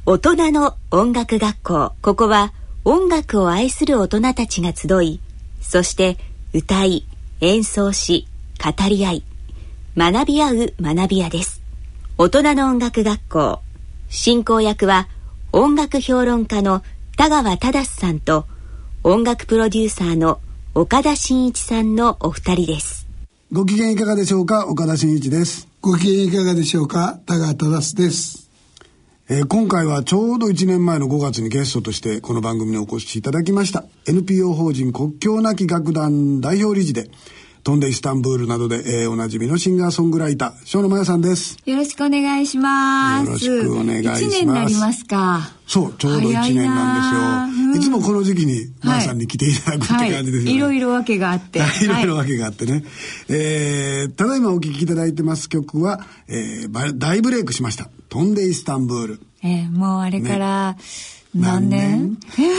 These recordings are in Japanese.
大人の音楽学校。ここは音楽を愛する大人たちが集い、そして歌い、演奏し、語り合い、学び合う学び屋です。大人の音楽学校、進行役は音楽評論家の田川忠さんと音楽プロデューサーの岡田真一さんのお二人です。 ご機嫌いかがでしょうか。岡田真一です。 ご機嫌いかがでしょうか。田川忠です。 今回はちょうど1年前の5月にゲストとしてこの番組にお越しいただきました NPO 法人国境なき楽団代表理事で飛んでイスタンブールなどで、おなじみのシンガーソングライター生野真也さんです。 よろしくお願いします。 よろしくお願いします。 1年になりますか。 そう、ちょうど1年なんですよ。いつもこの時期に真也さんに来ていただくって感じですよね。 いろいろわけがあっていろいろわけがあってね、ただいまお聴きいただいてます曲は、大ブレイクしました飛んでイスタンブール。 もうあれから、何年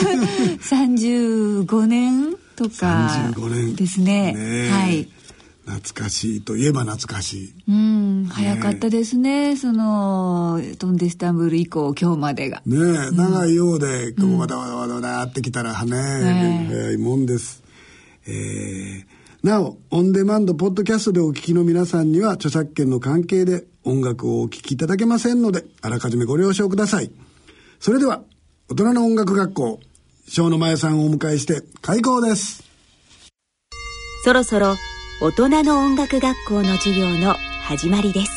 35年とか 35年ですね。はい。 懐かしいといえば懐かしい。 早かったですね。その飛んでイスタンブール以降今日までが長いようで、こうわだわだってきたら早いもんです。なおオンデマンドポッドキャストでお聞きの皆さんには著作権の関係で音楽をお聞きいただけませんのであらかじめご了承ください。それでは大人の音楽学校生野真也さんをお迎えして開講です。 そろそろ大人の音楽学校の授業の始まりです。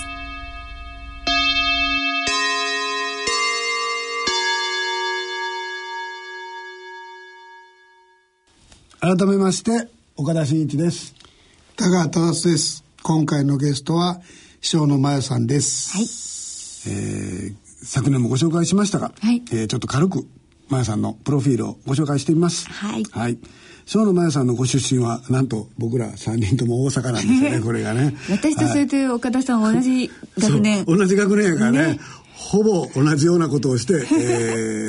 改めまして岡田真一です。 田川忠です。今回のゲストは生野真也さんです。 はい。 昨年もご紹介しましたが、 はい。 ちょっと軽く真也さんのプロフィールをご紹介してみます。 はい。 はい。生野真也さんのご出身はなんと僕ら3人とも大阪なんですよね。これがね。 私とそれで岡田さん同じ学年。 同じ学年やからね。ほぼ同じようなことをして、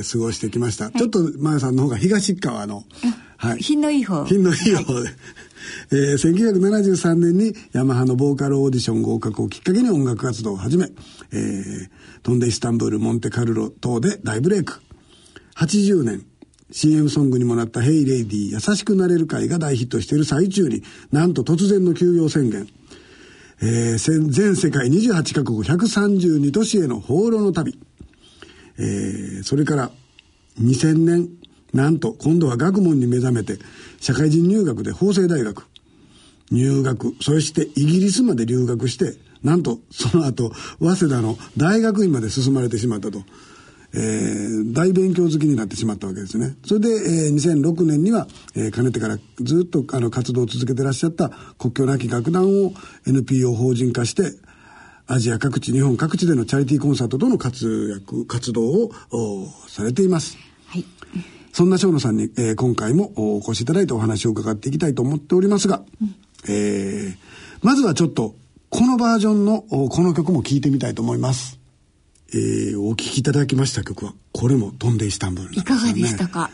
過ごしてきました。はい、ちょっと真也さんの方が東側の、 はい、品のいい方。 品のいい方で。1973年にヤマハのボーカルオーディション合格をきっかけに音楽活動を始め、飛んでイスタンブール、モンテカルロ等で大ブレイク。80年、CM ソングにもなったヘイレイディ優しくなれる会が大ヒットしている最中に、なんと突然の休業宣言。全世界28カ国132都市への放浪の旅。それから2000年、なんと今度は学問に目覚めて社会人入学で法政大学入学、そしてイギリスまで留学して、なんとその後早稲田の大学院まで進まれてしまったと、大勉強好きになってしまったわけですね。それで、2006年には、かねてからずっと活動を続けてらっしゃった国境なき楽団を NPO 法人化してアジア各地、日本各地でのチャリティーコンサートとの活動をされています。 はい。 そんな生野さんに、今回もお越しいただいてお話を伺っていきたいと思っておりますが、まずはちょっとこのバージョンのこの曲も聴いてみたいと思います。お聴きいただきました曲はこれも飛んでイスタンブールなんですよね。 いかがでしたか。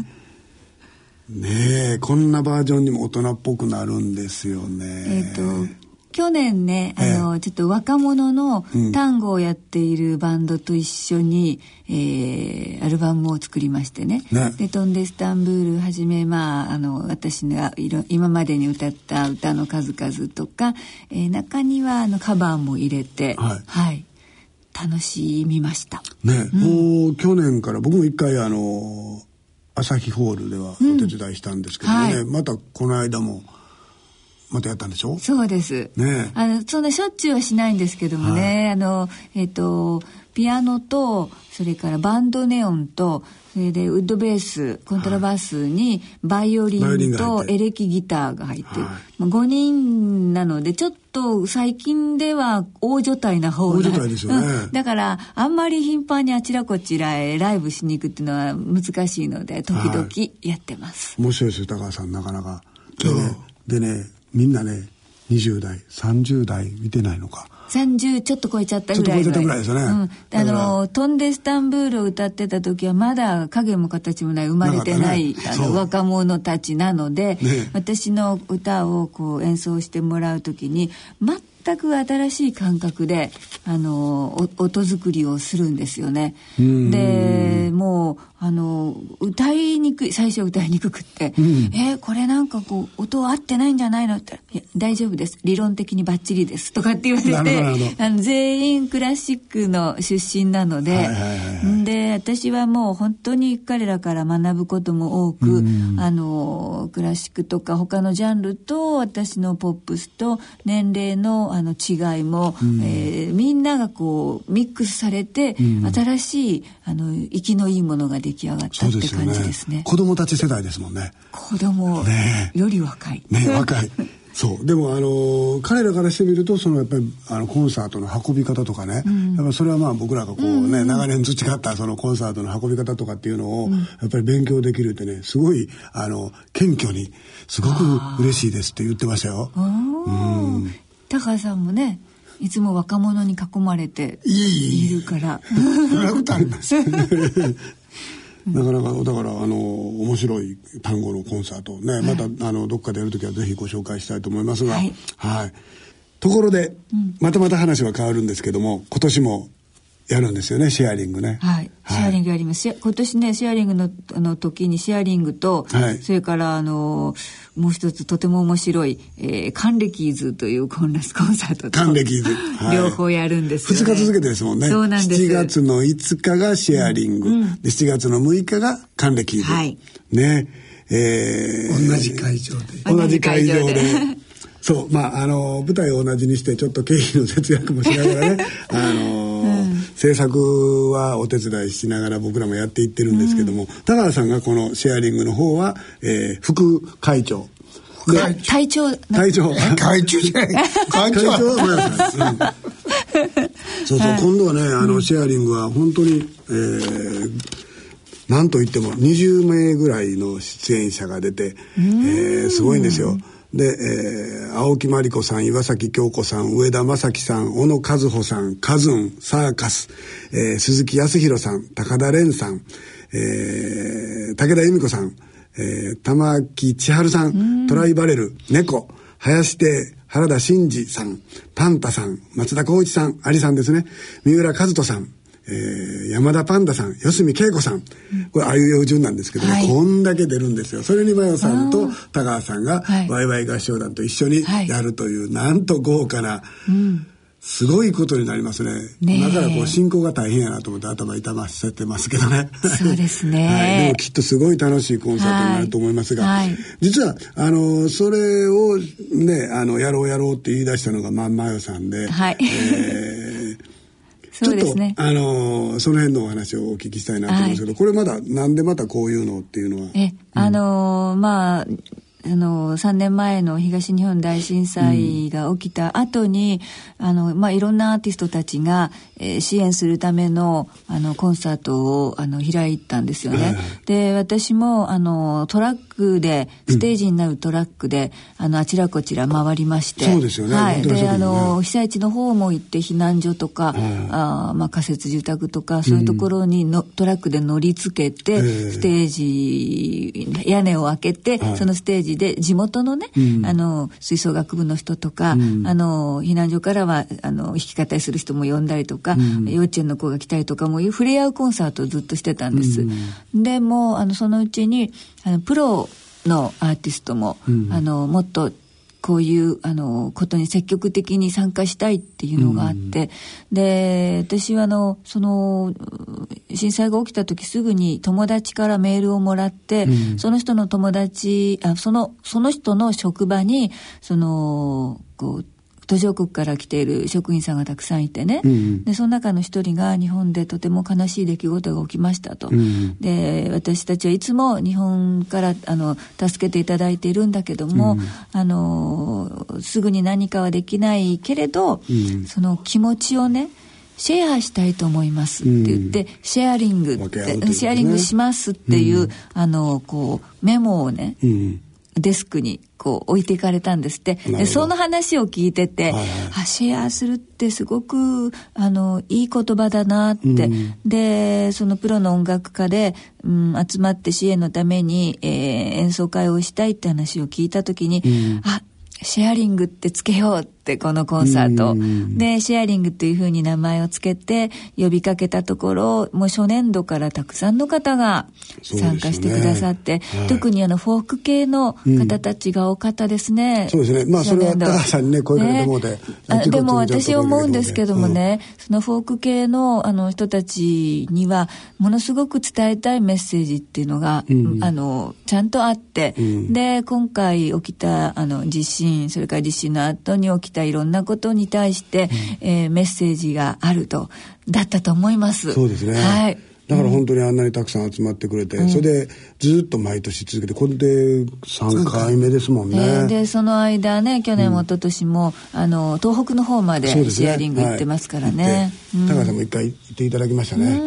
ねえこんなバージョンにも大人っぽくなるんですよね。 去年ね、ちょっと若者の単語をやっているバンドと一緒に、アルバムを作りましてね。で、飛んでイスタンブールはじめ、私が今までに歌った歌の数々とか、中にはカバーも入れて、はい、楽しみましたね。 もう去年から僕も一回朝日ホールではお手伝いしたんですけどね、またこの間もまたやったんでしょ。 そうですね。そんなしょっちゅうはしないんですけどもね、ピアノとそれからバンドネオンとそれでウッドベースコントラバスにバイオリンとエレキギターが入ってる、5人なのでちょっと最近では大所帯な方大所帯ですよね、 だからあんまり頻繁にあちらこちらへライブしに行くっていうのは難しいので時々やってます、 面白いですよ高橋さんなかなかでねみんなね20代30代見てないのか 30ちょっと超えちゃったぐらいの。 ちょっと超えちゃったぐらいですよね。 飛んでイスタンブールを歌ってた時はまだ影も形もない生まれてない、若者たちなので、私の歌をこう演奏してもらう時に全全く新しい感覚で音作りをするんですよね。でもう歌いにくい、最初歌いにくくって、これなんかこう音合ってないんじゃないのって、いや大丈夫です、理論的にバッチリですとかって言われて、全員クラシックの出身なので、で私はもう本当に彼らから学ぶことも多く、クラシックとか他のジャンルと私のポップスと年齢の違いも、みんながこうミックスされて、新しい生きのいいものが出来上がったって感じですね。 子供たち世代ですもんね。 子供より若い、 若いそうでも彼らからしてみるとやっぱりコンサートの運び方とかね、やっぱそれはまあ僕らがこうね、長年培ったそのコンサートの運び方とかっていうのをやっぱり勉強できるってね、すごい謙虚にすごく嬉しいですって言ってましたよ。 高橋さんもね、いつも若者に囲まれているからそんなことありますなかなかだから面白い単語のコンサートね、またどっかでやるときはぜひご紹介したいと思いますが、はい、ところで、また話は変わるんですけども、今年もやるんですよね、シェアリングね。 シェアリングやります。今年ね、シェアリングの時にシェアリングと、それからもう一つとても面白い、カンレキーズというコンサートとカンレキーズ、 両方やるんですよね。 2日続けてですもんね。 そうなんです。 7月の5日がシェアリング、で7月の6日がカンレキーズ、ね、 同じ会場でそう舞台を同じにしてちょっと経費の節約もしながらね制作はお手伝いしながら僕らもやっていってるんですけども、田川さんがこのシェアリングの方は、副会長隊長じゃない会長は前さんそう今度はねシェアリングは本当に、なんといっても20名ぐらいの出演者が出て、すごいんですよ。で、青木真理子さん、岩崎京子さん、上田正樹さん、小野和穂さん、カズン、サーカス、鈴木康弘さん、高田蓮さん、武田由美子さん、玉木千春さん、トライバレル、猫、林亭、原田真二さん、パンタさん、松田光一さん、有さんですね、三浦和人さん、山田パンダさん、四隅恵子さん、これあいうえお順なんですけどね、こんだけ出るんですよ。それにマヨさんと田川さんがワイワイ合唱団と一緒にやるという、なんと豪華な、すごいことになりますね。だからこう進行が大変やなと思って頭痛ませてますけどね。 そうですね。 でもきっとすごい楽しいコンサートになると思いますが、実はそれをねやろうって言い出したのがマヨさんで。ちょっと、その辺のお話をお聞きしたいなと思うんですけど、これなんでまたこういうのっていうのは。 3年前の東日本大震災が起きた後に、いろんなアーティストたちが、支援するためのコンサートを開いたんですよね。で、私もトラックでステージになるトラックであちらこちら回りまして、 そうですよね。 で被災地の方も行って避難所とか仮設住宅とかそういうところにトラックで乗り付けて、ステージ屋根を開けて、そのステージで地元のね、吹奏楽部の人とか、避難所からは弾き語りする人も呼んだりとか、幼稚園の子が来たりとかも触れ合うコンサートをずっとしてたんです。でもそのうちにプロのアーティストも、もっとこういうことに積極的に参加したいっていうのがあって、で私はその震災が起きた時すぐに友達からメールをもらって、その人の友達その人の職場に途上国から来ている職員さんがたくさんいてね、でその中の一人が日本でとても悲しい出来事が起きましたと、で私たちはいつも日本から助けていただいているんだけども、すぐに何かはできないけれど、その気持ちをねシェアしたいと思いますって言って、シェアリングって、シェアリングしますっていう、こうメモをね、デスクにこう置いていかれたんですって。でその話を聞いてて、シェアするってすごくいい言葉だなって、でそのプロの音楽家で、集まって支援のために、演奏会をしたいって話を聞いた時に、シェアリングってつけようって 、このコンサートでシェアリングというふうに名前をつけて呼びかけたところ、もう初年度からたくさんの方が参加してくださって、特にフォーク系の方たちが多かったですね。 そうですね。まあそれは高橋さんにね声かけてもうて、 でも私思うんですけどもね、そのフォーク系の人たちにはものすごく伝えたいメッセージっていうのが、ちゃんとあって、で今回起きた地震、それから地震の後に起きたいろんなことに対して、メッセージがあるだったと思います。 そうですね。はい。だから本当にあんなにたくさん集まってくれて、それでずっと毎年続けて、これで3回目ですもんね。 でその間ね、去年も一昨年も東北の方までシェアリング行ってますからね。 高橋さんも一回行っていただきましたね。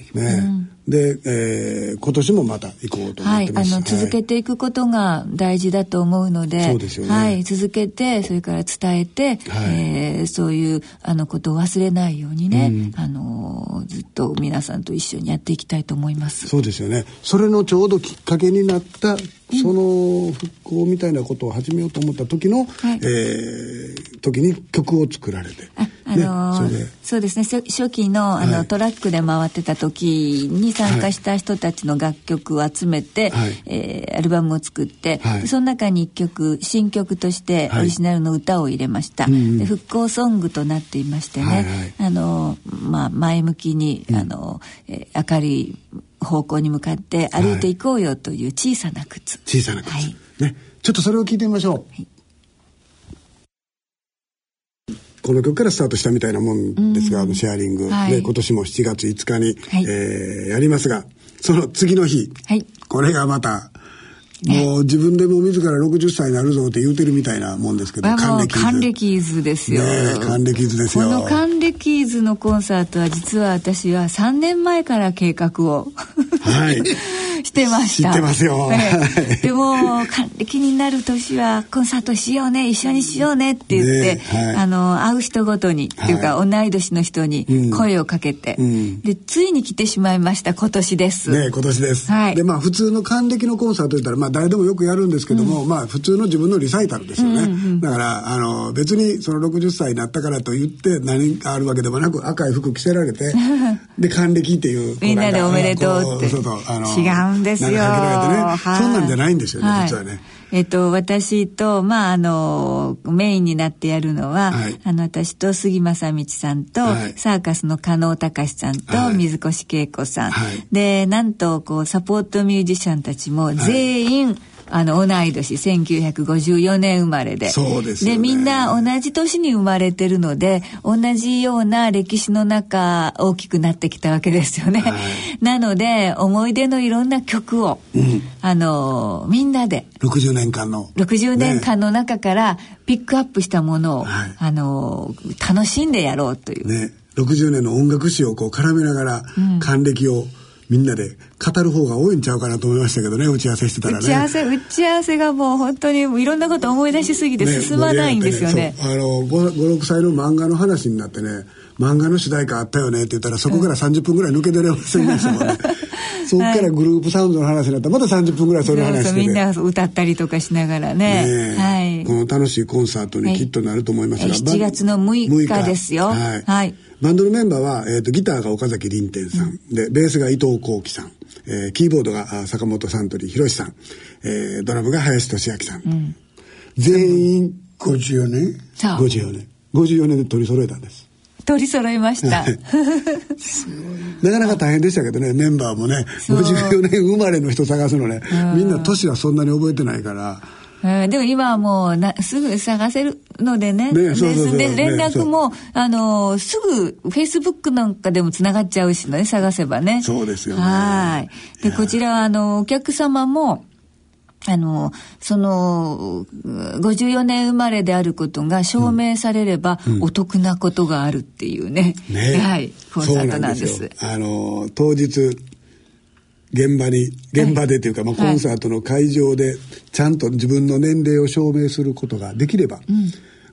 で、今年もまた行こうと思ってます。 続けていくことが大事だと思うので、そうですよね。はい、続けて、それから伝えて、そういうことを忘れないようにね、ずっと皆さんと一緒にやっていきたいと思います。 そうですよね。それのちょうどきっかけになったその復興みたいなことを始めようと思った時の、時に曲を作られて、 そうですね。初期のトラックで回ってた時に参加した人たちの楽曲を集めて、アルバムを作って、その中に一曲新曲としてオリジナルの歌を入れました。で復興ソングとなっていましてね、前向きに明るい方向に向かって歩いていこうよという小さな靴、 小さな靴、ね、ちょっとそれを聞いてみましょう。この曲からスタートしたみたいなもんですが、シェアリング、で今年も7月5日に、やりますが、その次の日、これがまたもう自分でも自ら60歳になるぞって言うてるみたいなもんですけど、還暦イズですよ。 還暦イズですよ。 この還暦イズのコンサートは実は私は3年前から計画をしてました。 知ってますよ。 でも還暦になる年はコンサートしようね、一緒にしようねって言って、会う人ごとに、っていうか同い年の人に声をかけて、でついに来てしまいました。今年です。 今年です。で普通の還暦のコンサート言ったら誰でもよくやるんですけども、普通の自分のリサイタルですよね。だから別にその60歳になったからと言って何かあるわけでもなく、赤い服着せられてで還暦っていうみんなでおめでとうって、違うんですよ。 そんなんじゃないんですよね、実はね。 私と、メインになってやるのは、私と杉正道さんと、サーカスの加納隆さんと、水越恵子さん。で、なんと、サポートミュージシャンたちも全員、同い年、1954年生まれで。 そうですよね。 で、みんな同じ年に生まれてるので、同じような歴史の中、大きくなってきたわけですよね。なので、思い出のいろんな曲を、みんなで。 60年間の中からピックアップしたものを、楽しんでやろうという。 ね、60年の音楽史を絡めながら、還暦を、みんなで語る方が多いんちゃうかなと思いましたけどね、打ち合わせしてたらね。 打ち合わせがもう本当にいろんなこと思い出しすぎて進まないんですよね。 5、6歳の漫画の話になってね、漫画の主題歌あったよねって言ったら、そこから30分ぐらい抜け出れませんでしたもんね。そこからグループサウンドの話になったらまた30分ぐらいそれの話してて、 みんな歌ったりとかしながらね。 この楽しいコンサートにきっとなると思いますが、 7月の6日ですよ。 バンドのメンバーは、ギターが岡崎凛天さん、でベースが伊藤幸喜さん、キーボードが坂本サントリー博さん、ドラムが林俊明さん、全員 54年 54年で取り揃えたんです。 取り揃えましたなかなか大変でしたけどね、メンバーもね、54年生まれの人探すのね、みんな年はそんなに覚えてないから。 でも今はもうすぐ探せるのでね。で連絡もすぐフェイスブックなんかでもつながっちゃうしね、探せばね。 そうですよね。 でこちらはお客様もその54年生まれであることが証明されればお得なことがあるっていうね、コンサートなんです。 当日現場でというか、コンサートの会場でちゃんと自分の年齢を証明することができれば、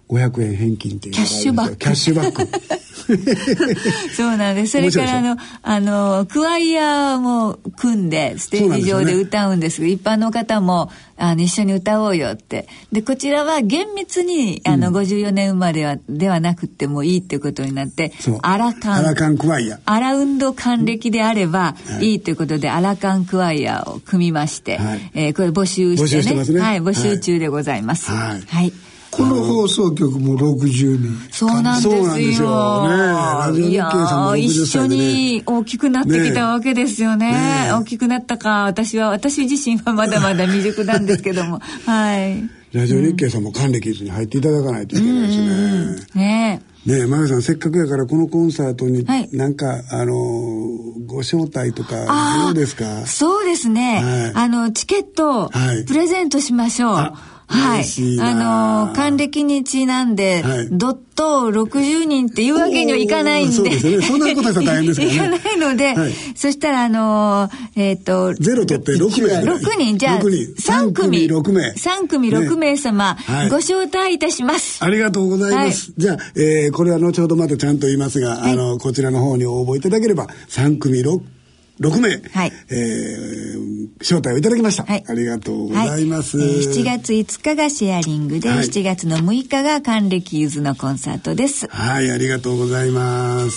500円返金っていうキャッシュバック。 キャッシュバック。 そうなんです。それからクワイヤーも組んでステージ上で歌うんですが、一般の方も一緒に歌おうよって。で、こちらは厳密に54年生まれではなくてもいいっていうことになって、アラカンクワイヤー。 アラウンド還暦であればいいということで、アラカンクワイヤーを組みまして、これ募集してね。はい、募集中でございます。はい。はい。 この放送局も60年。 そうなんですよ。そうなんですよ。ラジオ日経さんも60歳でね。一緒に大きくなってきたわけですよね。大きくなったか。私自身はまだまだ未熟なんですけども。はい。 ラジオ日経さんも還暦に入っていただかないといけないですね。ねえ、マヤさん、せっかくやからこのコンサートになんか、ご招待とかどうですか？ そうですね。チケットプレゼントしましょう。はい。還暦にちなんで、ドット60人っていうわけにはいかないんで。 そうですね。そんなことしたら大変ですからね。 いかないので、そしたら 0取って6名。 6人、じゃあ、3組6名。3組6名様、ご招待いたします。 ありがとうございます。じゃあ、これは後ほどまたちゃんと言いますが、こちらの方に応募いただければ、3組6名、招待をいただきました。ありがとうございます。 7月5日がシェアリングで、7月の6日が還暦ゆずのコンサートです。 はい、ありがとうございます。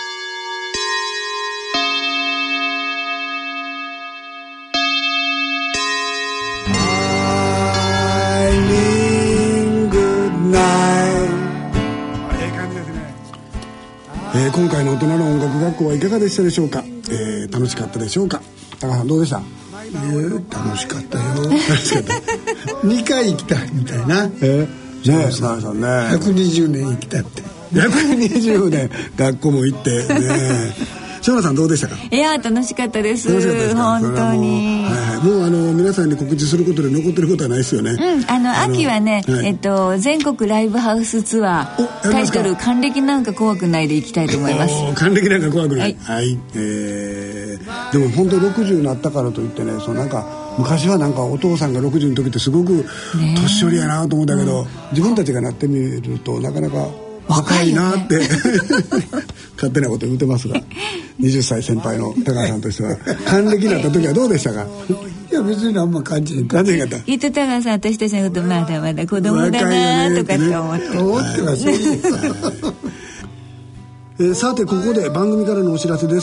今回の大人の音楽学校はいかがでしたでしょうか？楽しかったでしょうか？高橋さんどうでした？ 楽しかったよ。楽しかった。2回行きたいみたいな。 高橋さんね。 120年生きたって。 120年学校も行ってね。篠田さんどうでしたか？ いや楽しかったです。本当に。 もう皆さんに告知することで残ってることはないですよね。 秋はね、全国ライブハウスツアー、タイトル還暦なんか怖くないで行きたいと思います。 還暦なんか怖くない。はい。でも本当60になったからといってね、なんか昔はなんかお父さんが60の時ってすごく年寄りやなと思ったけど、自分たちがなってみるとなかなか若いなって勝手なこと言ってますが、20歳先輩の高橋さんとしては還暦になった時はどうでしたか？ いや別にあんま感じなかった。 きっと高橋さん私たちのことまだまだ子供だなとかって思ってますね。さてここで番組からのお知らせです。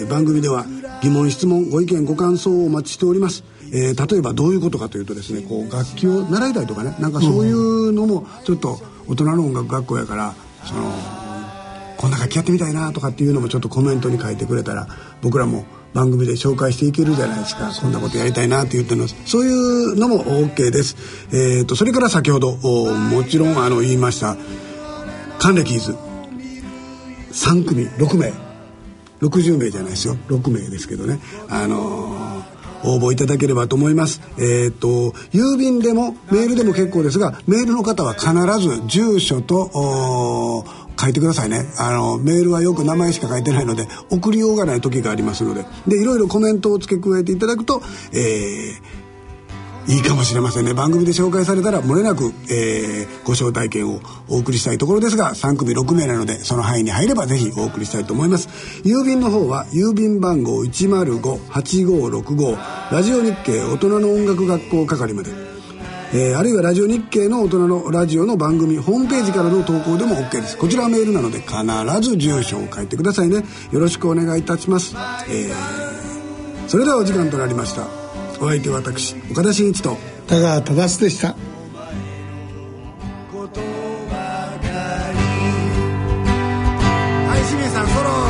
番組では疑問質問ご意見ご感想をお待ちしております。例えばどういうことかというとですね、楽器を習いたいとかね、なんかそういうのもちょっと大人の音楽学校やからこんな楽器やってみたいなとかっていうのもちょっとコメントに書いてくれたら僕らも番組で紹介していけるじゃないですか。こんなことやりたいなって言ってるの、そういうのも OK です。それから先ほどもちろん言いました還暦イズ3組6名60名じゃないですよ、6名ですけどね、応募いただければと思います。郵便でもメールでも結構ですが、メールの方は必ず住所と書いてくださいね。メールはよく名前しか書いてないので送りようがない時がありますので、いろいろコメントを付け加えていただくと、いいかもしれませんね。番組で紹介されたら漏れなく、ご招待券をお送りしたいところですが、3組6名なのでその範囲に入ればぜひお送りしたいと思います。郵便の方は郵便番号 105-8565 ラジオ日経大人の音楽学校係まで、あるいはラジオ日経の大人のラジオの番組ホームページからの投稿でも OK です。こちらはメールなので必ず住所を書いてくださいね。よろしくお願いいたします。それではお時間となりました。お相手は私岡田真一と田川忠でした。 清水さんソロ。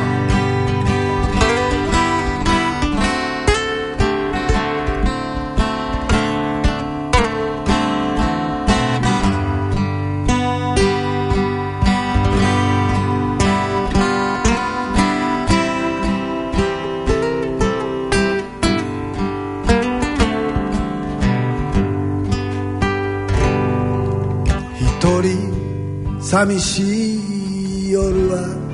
寂しい夜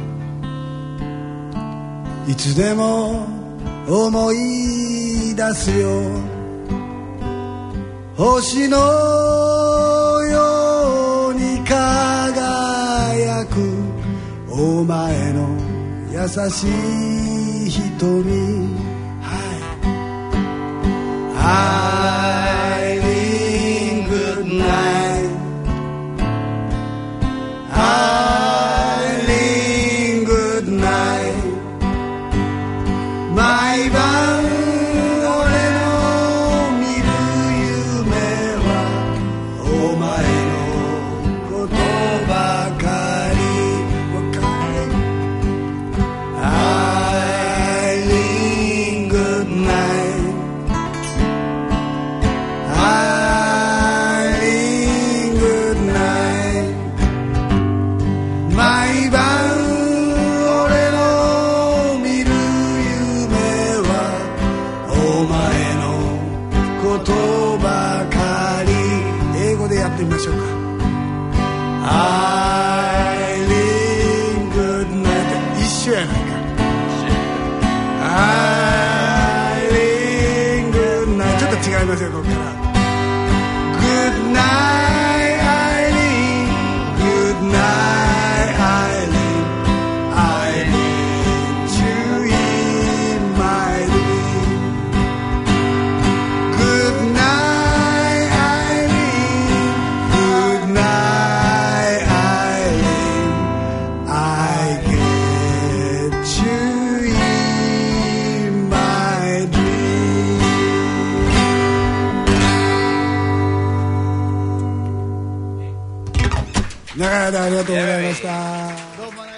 はいつでも思い出すよ。星のよう優しい瞳、Eileen, good night. Eileen, good night. 毎晩俺の見る夢はお前のことばかり。Eileen, good night.Eileen, good night. 毎晩俺の見る夢はお前のことばかり。英語でやってみましょうか。Eileen, good night. 一緒やないか。Eileen, good night. ちょっと違いますよ、ここから。Good night, Eileen. Good night, Eileen. Eileen, to in my dream. Good night, Eileen. Good night, Eileen. I get you in my dream.長い間ありがとうございました。どうも